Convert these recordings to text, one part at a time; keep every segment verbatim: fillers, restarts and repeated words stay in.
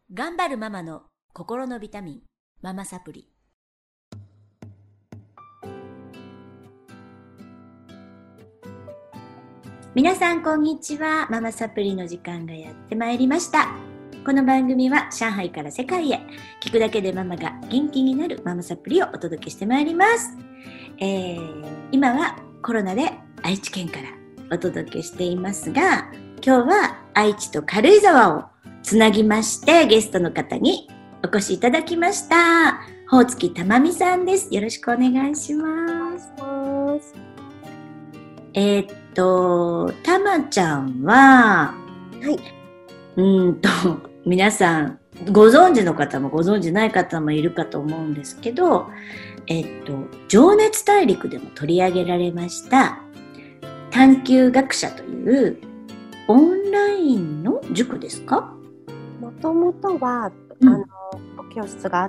頑張るママの心のビタミン、ママサプリ。皆さんこんにちは。ママサプリの時間がやってまいりました。この番組は上海から世界へ、聞くだけでママが元気になるママサプリをお届けしてまいります。えー、今はコロナで愛知県からお届けしていますが、今日は愛知と軽井沢をつなぎまして、ゲストの方にお越しいただきました。ほおつきたまみさんです。よろしくお願いします。えー、っとたまちゃんは、 はい、 うーんと皆さんご存知の方もご存知ない方もいるかと思うんですけど、えー、っと情熱大陸でも取り上げられました探究学者というオンラインの塾ですか？ もともとは、 うん、 あの教室があって、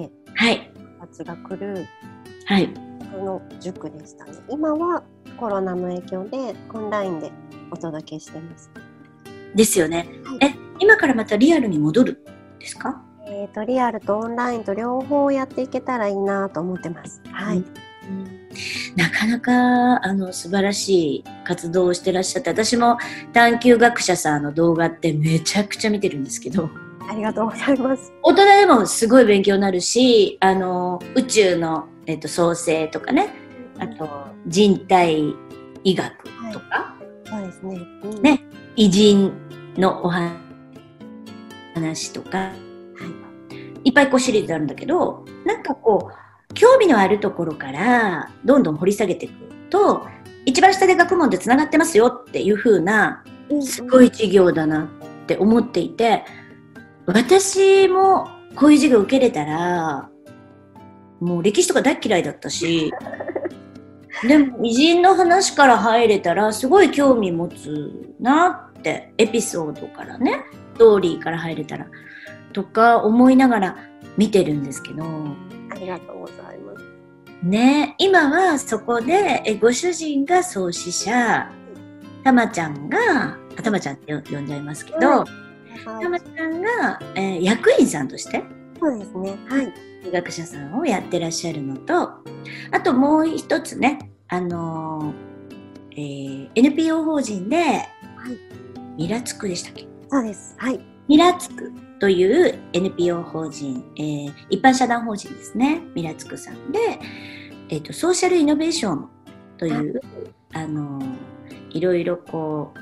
はい、 たちが来る、 はい、 その塾でしたね。今はコロナの影響でオンラインでお届けしてます。 ですよね。 はい、 え、今からまたリアルに戻るんですか？ えーと、リアルとオンラインと両方やっていけたらいいなと思ってます。はい。うんうん、なかなかあの素晴らしい活動をしてらっしゃって、私も探究学者さんの動画ってめちゃくちゃ見てるんですけど、 ありがとうございます。 大人でもすごい勉強になるし、あの宇宙の、えっと、創生とかね、あと人体医学とか、 はい、そうですね、うん、 ね、偉人のお話とか、はい、いっぱいこうシリーズあるんだけど、なんかこう興味のあるところからどんどん掘り下げていくと、一番下で学問でつながってますよっていう風なすごい授業だなって思っていて、私もこういう授業受けれたら、もう歴史とか大嫌いだったしでも偉人の話から入れたらすごい興味持つなって、エピソードからね、ストーリーから入れたらとか思いながら見てるんですけど、 ありがとうございますね。今はそこでえご主人が創始者、たまちゃんが、たまちゃんって呼んじゃいますけど、はい、たまちゃんが、えー、役員さんとして、 そうですね、はい、 学者さんをやってらっしゃるのと、あともう一つね、あのーえー、エヌピーオー 法人で、はい、ミラツクでしたっけ？ そうです、はい、 ミラツクという エヌピーオー 法人、えー、一般社団法人ですね。ミラツクさんで、えーと、ソーシャルイノベーションという、あのー、いろいろこう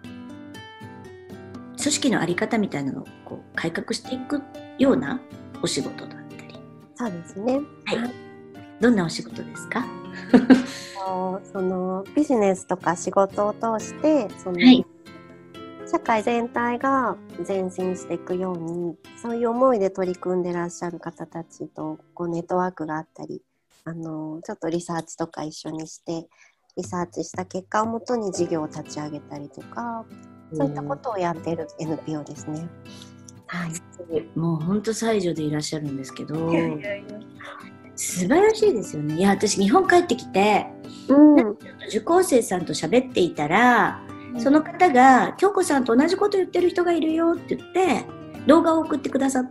組織のあり方みたいなのをこう改革していくようなお仕事だったり。 そうですね、 はい、どんなお仕事ですか？ そのビジネスとか仕事を通してその、はい、社会全体が前進していくように、そういう思いで取り組んでらっしゃる方たちとこうネットワークがあったり、あのちょっとリサーチとか一緒にしてリサーチした結果をもとに事業を立ち上げたりとか、そういったことをやっている エヌピーオー ですね。はい、 もう本当才女でいらっしゃるんですけど、いやいやいや、素晴らしいですよね。いや、私日本帰ってきて、うん、受講生さんと喋っていたら、うん、その方が京子さんと同じこと言ってる人がいるよって言って動画を送ってくださって、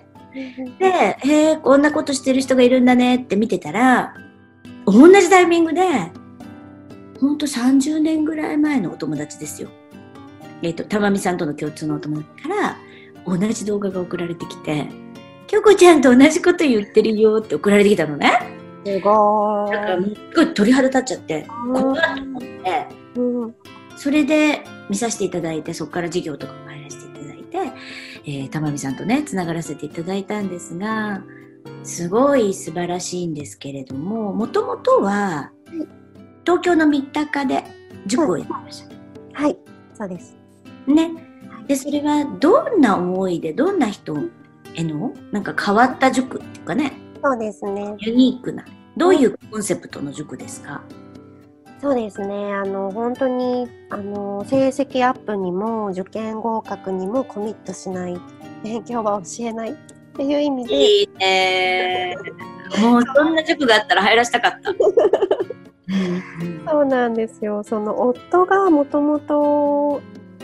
うん、で、へー、こんなことしてる人がいるんだねって見てたら、同じタイミングでほんとさんじゅうねんぐらい前のお友達ですよ、えーと、たまみさんとの共通のお友達から同じ動画が送られてきて、京子ちゃんと同じこと言ってるよって送られてきたのね。 すごい。 だからすごい鳥肌立っちゃって、怖いと思って、うん、それで見させていただいて、そこから授業とかも入らせていただいて、えー、たまみさんとねつながらせていただいたんですが、すごい素晴らしいんですけれども、もともとは東京の三鷹で塾をやってました。 はい、そうですね。でそれはどんな思いで、どんな人へのなんか変わった塾っていうかね、 そうですね、 ユニークな、どういうコンセプトの塾ですか？ そうですね、あの本当にあの成績アップにも受験合格にもコミットしない、勉強は教えないっていう意味で。 いいねもうそんな塾があったら入らせたかったそうなんですよ。その夫がもともと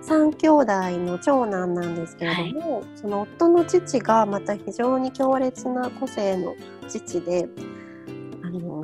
さん兄弟の長男なんですけれども、はい、その夫の父がまた非常に強烈な個性の父で、あの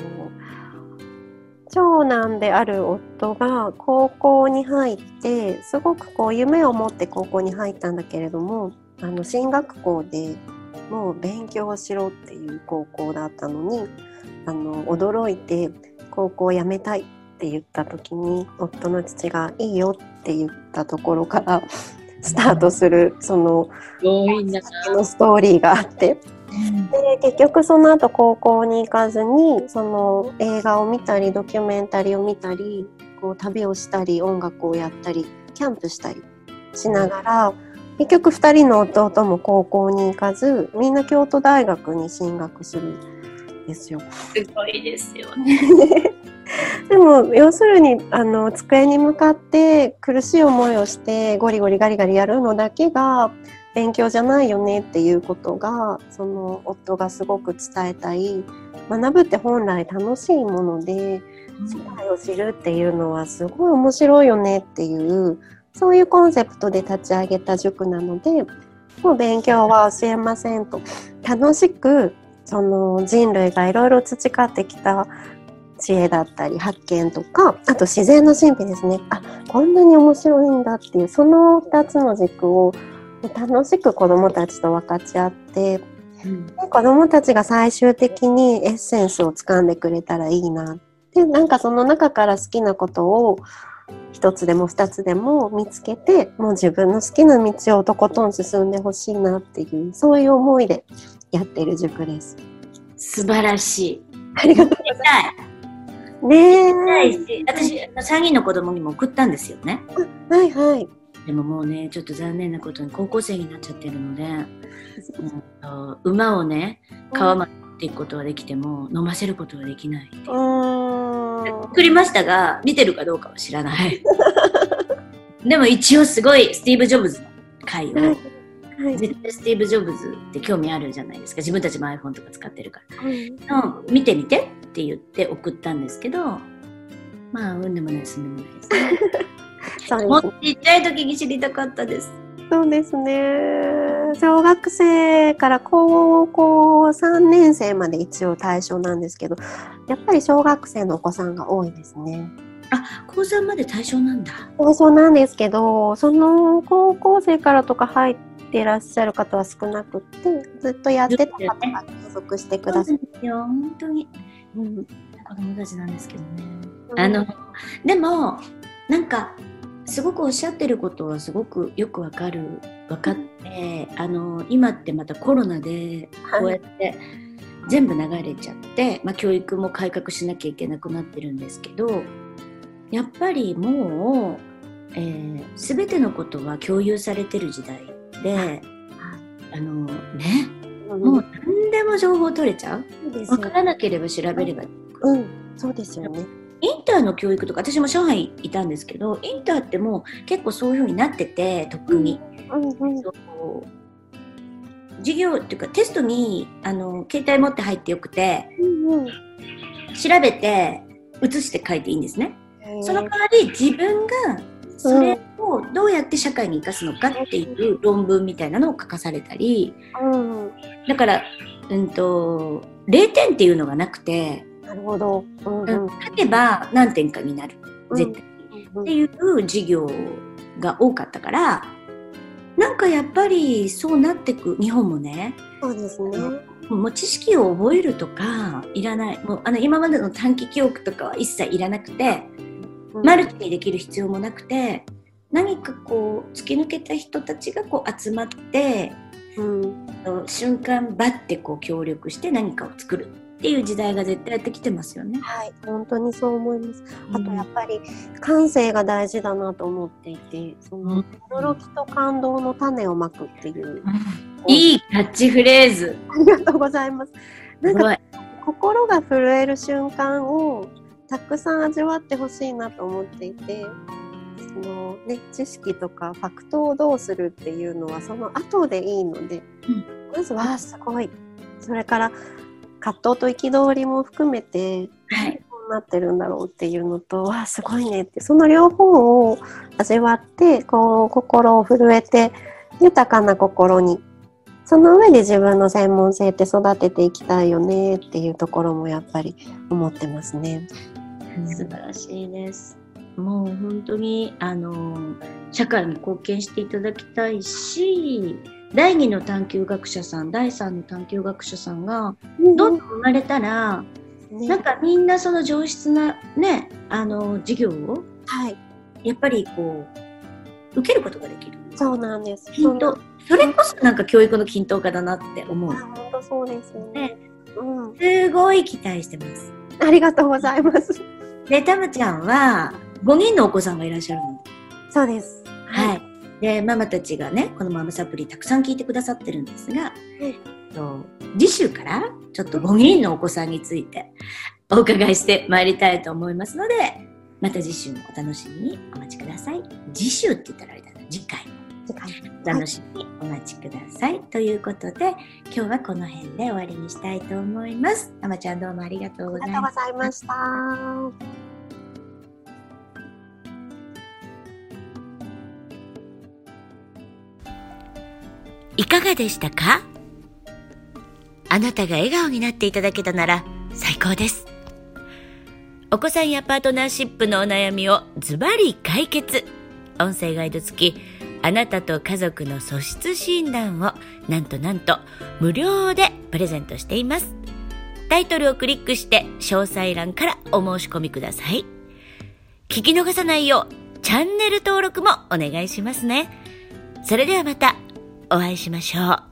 長男である夫が高校に入ってすごくこう夢を持って高校に入ったんだけれども、あの進学校でもう勉強しろっていう高校だったのに、あの驚いて高校を辞めたいって言った時に夫の父がいいよって言ったところからスタートするそののストーリーがあって、で結局その後高校に行かずにその映画を見たりドキュメンタリーを見たりこう旅をしたり音楽をやったりキャンプしたりしながら、結局ふたりの弟も高校に行かずみんな京都大学に進学するんですよ。 すごいですよね。 でも要するにあの机に向かって苦しい思いをしてゴリゴリガリガリやるのだけが勉強じゃないよねっていうことが、その夫がすごく伝えたい、学ぶって本来楽しいもので世界を知るっていうのはすごい面白いよねっていう、そういうコンセプトで立ち上げた塾なので、もう勉強は教えませんと、楽しくその人類がいろいろ培ってきた知恵だったり発見とか、あと自然の神秘ですね。あ、こんなに面白いんだっていう、そのふたつの軸を楽しく子どもたちと分かち合って、うん、で子どもたちが最終的にエッセンスを掴んでくれたらいいな。で、なんかその中から好きなことを一つでも二つでも見つけて、もう自分の好きな道をとことん進んでほしいなっていう、そういう思いでやってる塾です。 素晴らしい。 ありがとうございます。ねえ、 私さんにんの子供にも送ったんですよね。 はいはい。 でももうねちょっと残念なことに高校生になっちゃってるので、うん、馬をね川まで持っていくことはできても飲ませることはできないっていう。送りましたが見てるかどうかは知らない。でも一応すごいスティーブ・ジョブズの回を、はいはい、絶対スティーブ・ジョブズって興味あるじゃないですか、自分たちも iPhone とか使ってるから、うん、見てみてって言って送ったんですけど、まあうんでもないすんでもないですね。そうですね、もっとちっちゃい時に知りたかったです。 そうですね、小学生から高校さんねん生まで一応対象なんですけど、やっぱり小学生のお子さんが多いですね。 あ、高さんまで対象なんだ。 対象なんですけど、その高校生からとか入っていらっしゃる方は少なくって、ずっとやってた方が継続してください。 そうですよ、本当に、うん、子供たちなんですけどね、うん、あのでもなんかすごくおっしゃってることはすごくよくわかる分かって、うん、あの今ってまたコロナでこうやって全部流れちゃって、はい、まあ、教育も改革しなきゃいけなくなってるんですけど、やっぱりもう、えー、全てのことは共有されてる時代で、はい、あのね、うん、もう何でも情報取れちゃう。分からなければ調べれば、 うん、そうですよね。 インターの教育とか、私も上海いたんですけど、インターってもう結構そういう風になってて、特に、うんうんうん、授業っていうかテストにあの携帯持って入ってよくて、うんうん、調べて写して書いていいんですね。その代わり自分がそれをどうやって社会に生かすのかっていう論文みたいなのを書かされたり、うん、だから、うんと、れいてんっていうのがなくて、 なるほど、うんうん、 書けば何点かになる、絶対に、うんうん、っていう授業が多かったから、なんかやっぱりそうなってく、日本もね、 そうですね、 もう知識を覚えるとかいらない、もうあの今までの短期記憶とかは一切いらなくて、うん、マルチにできる必要もなくて、何かこう突き抜けた人たちがこう集まって、うん、瞬間バッてこう協力して何かを作るっていう時代が絶対やってきてますよね。 はい、本当にそう思います。あとやっぱり感性が大事だなと思っていて、その驚きと感動の種をまくっていう、うん、 いいキャッチフレーズ。 ありがとうございます。なんか心が震える瞬間をたくさん味わってほしいなと思っていて、そのね、知識とかファクトをどうするっていうのはその後でいいので、うん、まずはすごい、それから葛藤と憤りも含めて、はい、こなってるんだろうっていうのと、わあすごいねって、その両方を味わってこう心を震えて豊かな心に、その上で自分の専門性って育てていきたいよねっていうところもやっぱり思ってますね。 素晴らしいです。もう本当にあの社会に貢献していただきたいし、だいにの探究学者さん、だいさんの探究学者さんがどんどん生まれたら、ね、なんかみんなその上質なね、あの授業を、はい、やっぱりこう受けることができる。 そうなんです。 均等、それこそなんか教育の均等化だなって思う。 本当そうですよね。 うん、すごい期待してます。 ありがとうございます。 で、たまちゃんはごにんのお子さんがいらっしゃるの。 そうです。 はい。で、ママたちがね、このママサプリたくさん聞いてくださってるんですが、うん、と次週からちょっとごにんのお子さんについてお伺いしてまいりたいと思いますので、また次週もお楽しみにお待ちください。次週って言ったらあれだな、次回も。お楽しみにお待ちください、はい、ということで今日はこの辺で終わりにしたいと思います。たまちゃんどうもありがとうございました。 ありがとうございました。 いかがでしたか？あなたが笑顔になっていただけたなら最高です。お子さんやパートナーシップのお悩みをズバリ解決。音声ガイド付きあなたと家族の素質診断をなんとなんと無料でプレゼントしています。タイトルをクリックして詳細欄からお申し込みください。聞き逃さないようチャンネル登録もお願いしますね。それではまたお会いしましょう。